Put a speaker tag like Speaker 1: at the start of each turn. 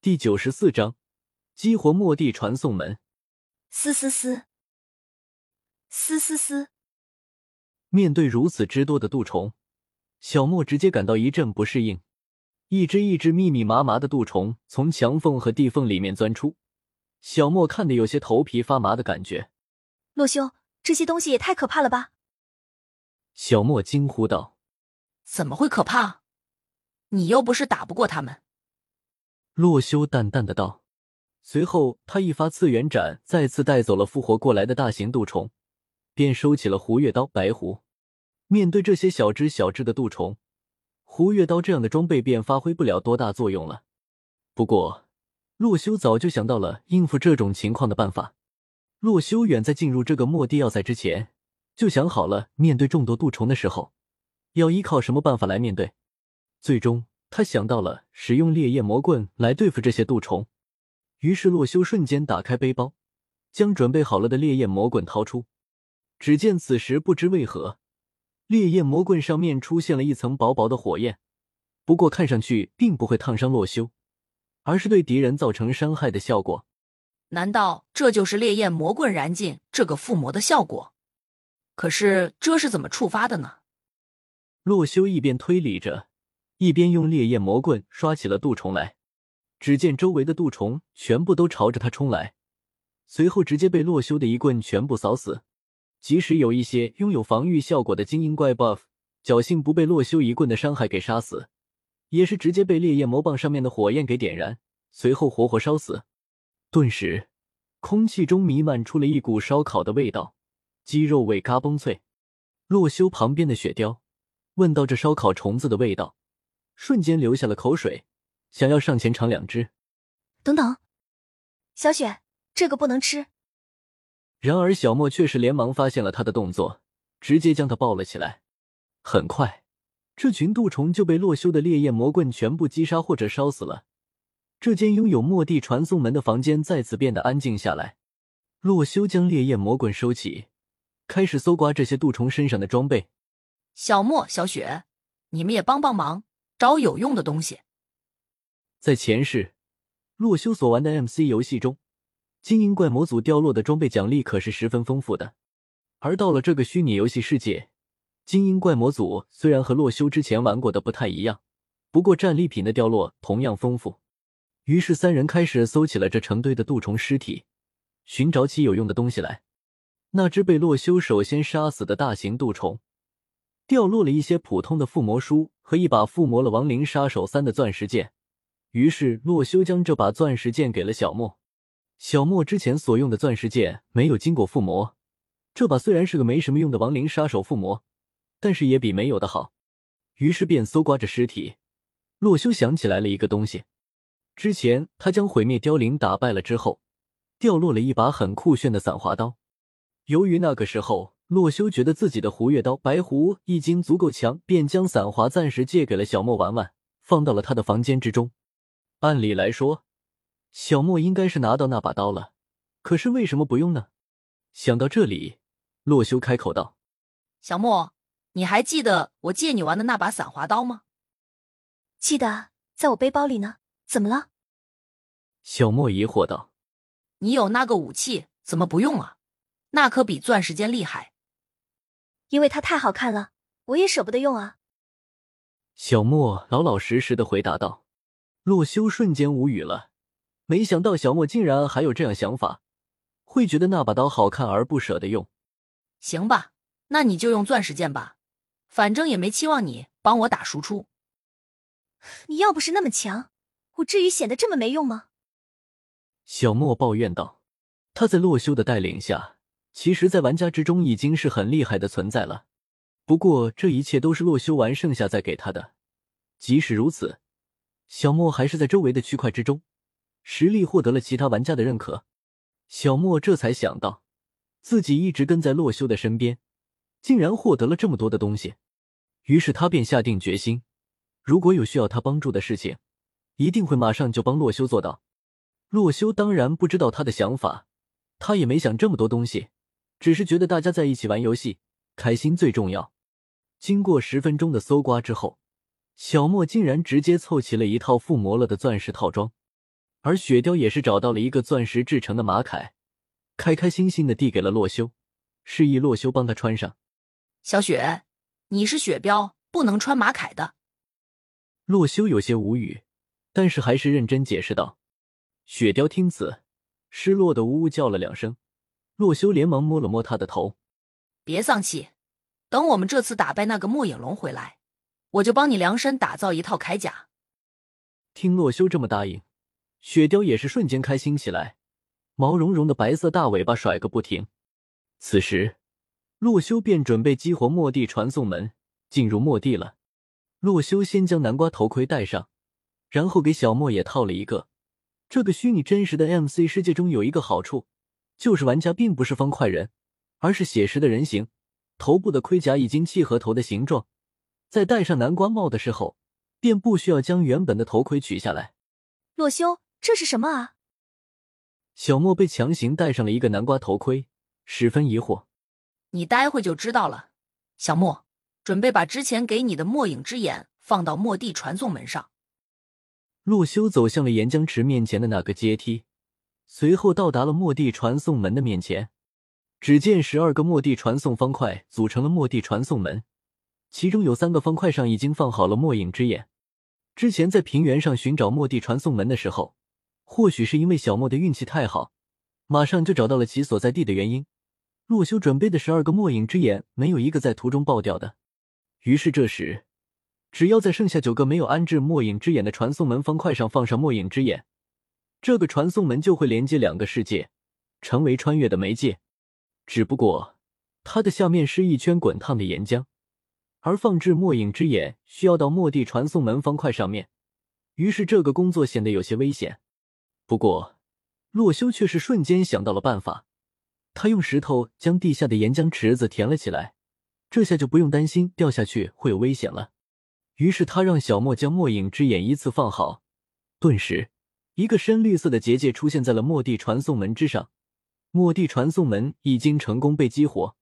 Speaker 1: 第94章激活末地传送门。
Speaker 2: 嘶嘶嘶，嘶嘶嘶。
Speaker 1: 面对如此之多的蠹虫，小莫直接感到一阵不适应。一只密密麻麻的蠹虫从墙缝和地缝里面钻出，小莫看得有些头皮发麻的感觉。
Speaker 2: 洛兄，这些东西也太可怕了吧！
Speaker 1: 小莫惊呼道。
Speaker 3: 怎么会可怕？你又不是打不过他们。
Speaker 1: 洛修淡淡的道。随后他一发次元斩再次带走了复活过来的大型蠹虫，便收起了胡月刀白狐。面对这些小只的蠹虫，胡月刀这样的装备便发挥不了多大作用了。不过洛修早就想到了应付这种情况的办法。洛修远在进入这个末地要塞之前就想好了，面对众多蠹虫的时候要依靠什么办法来面对。最终他想到了使用烈焰魔棍来对付这些蠹虫。于是洛修瞬间打开背包，将准备好了的烈焰魔棍掏出。只见此时不知为何，烈焰魔棍上面出现了一层薄薄的火焰，不过看上去并不会烫伤洛修，而是对敌人造成伤害的效果。
Speaker 3: 难道这就是烈焰魔棍燃尽这个附魔的效果？可是这是怎么触发的呢？
Speaker 1: 洛修一边推理着，一边用烈焰魔棍刷起了蠹虫来。只见周围的蠹虫全部都朝着他冲来，随后直接被洛修的一棍全部扫死。即使有一些拥有防御效果的精英怪 buff， 侥幸不被洛修一棍的伤害给杀死，也是直接被烈焰魔棒上面的火焰给点燃，随后活活烧死。顿时空气中弥漫出了一股烧烤的味道，鸡肉味嘎嘣脆。洛修旁边的雪雕闻到这烧烤虫子的味道，瞬间流下了口水，想要上前尝两只。
Speaker 2: 等等，小雪，这个不能吃。
Speaker 1: 然而小莫却是连忙发现了他的动作，直接将他抱了起来。很快这群蠹虫就被洛修的烈焰魔棍全部击杀或者烧死了。这间拥有末地传送门的房间再次变得安静下来。洛修将烈焰魔棍收起，开始搜刮这些蠹虫身上的装备。
Speaker 3: 小莫、小雪，你们也帮帮忙，找有用的东西。
Speaker 1: 在前世洛修所玩的 MC 游戏中，精英怪魔族掉落的装备奖励可是十分丰富的。而到了这个虚拟游戏世界，精英怪魔族虽然和洛修之前玩过的不太一样，不过战利品的掉落同样丰富。于是三人开始搜起了这成堆的蠹虫尸体，寻找起有用的东西来。那只被洛修首先杀死的大型蠹虫掉落了一些普通的附魔书和一把附魔了亡灵杀手3的钻石剑。于是洛修将这把钻石剑给了小莫。小莫之前所用的钻石剑没有经过附魔，这把虽然是个没什么用的亡灵杀手附魔，但是也比没有的好。于是便搜刮着尸体，洛修想起来了一个东西。之前他将毁灭凋零打败了之后，掉落了一把很酷炫的散花刀。由于那个时候洛修觉得自己的胡月刀白狐已经足够强，便将散花暂时借给了小莫玩玩，放到了他的房间之中。按理来说小莫应该是拿到那把刀了，可是为什么不用呢？想到这里，洛修开口道：
Speaker 3: 小莫，你还记得我借你玩的那把散花刀吗？
Speaker 2: 记得，在我背包里呢。怎么了？
Speaker 1: 小莫疑惑道：
Speaker 3: 你有那个武器，怎么不用啊？那可比钻石剑厉害。
Speaker 2: 因为它太好看了，我也舍不得用啊。
Speaker 1: 小莫老老实实的回答道。洛修瞬间无语了，没想到小莫竟然还有这样想法，会觉得那把刀好看而不舍得用。
Speaker 3: 行吧，那你就用钻石剑吧，反正也没期望你帮我打输出。
Speaker 2: 你要不是那么强，我至于显得这么没用吗？
Speaker 1: 小莫抱怨道。他在洛修的带领下，其实在玩家之中已经是很厉害的存在了。不过这一切都是洛修玩剩下再给他的。即使如此，小莫还是在周围的区块之中实力获得了其他玩家的认可。小莫这才想到自己一直跟在洛修的身边，竟然获得了这么多的东西。于是他便下定决心，如果有需要他帮助的事情，一定会马上就帮洛修做到。洛修当然不知道他的想法，他也没想这么多东西，只是觉得大家在一起玩游戏开心最重要。经过10分钟的搜刮之后，小莫竟然直接凑齐了一套附魔了的钻石套装。 而雪貂也是找到了一个钻石制成的马铠，开开心心的递给了洛修，示意洛修帮他穿上。
Speaker 3: 小雪，你是雪貂，不能穿马铠的。
Speaker 1: 洛修有些无语，但是还是认真解释道。雪貂听此，失落的呜呜叫了2声。洛修连忙摸了摸他的头。
Speaker 3: 别丧气，等我们这次打败那个末影龙回来，我就帮你量身打造一套铠甲。
Speaker 1: 听洛修这么答应，雪貂也是瞬间开心起来，毛茸茸的白色大尾巴甩个不停。此时，洛修便准备激活末地传送门，进入末地了。洛修先将南瓜头盔戴上，然后给小莫也套了一个。这个虚拟真实的 MC 世界中有一个好处，就是玩家并不是方块人，而是写实的人形，头部的盔甲已经契合头的形状，在戴上南瓜帽的时候，便不需要将原本的头盔取下来。
Speaker 2: 洛修，这是什么啊？
Speaker 1: 小莫被强行戴上了一个南瓜头盔，十分疑惑。
Speaker 3: 你待会就知道了。小莫，准备把之前给你的末影之眼放到末地传送门上。
Speaker 1: 洛修走向了岩浆池面前的那个阶梯，随后到达了末地传送门的面前。只见12个末地传送方块组成了末地传送门，其中有3个方块上已经放好了末影之眼。之前在平原上寻找末地传送门的时候，或许是因为小莫的运气太好，马上就找到了其所在地的原因。洛修准备的12个末影之眼没有一个在途中爆掉的，于是这时只要在剩下9个没有安置末影之眼的传送门方块上放上末影之眼，这个传送门就会连接2个世界，成为穿越的媒介。只不过它的下面是一圈滚烫的岩浆，而放置末影之眼需要到末地传送门方块上面，于是这个工作显得有些危险。不过洛修却是瞬间想到了办法，他用石头将地下的岩浆池子填了起来，这下就不用担心掉下去会有危险了。于是他让小莫将末影之眼依次放好，顿时一个深绿色的结界出现在了末地传送门之上。末地传送门已经成功被激活，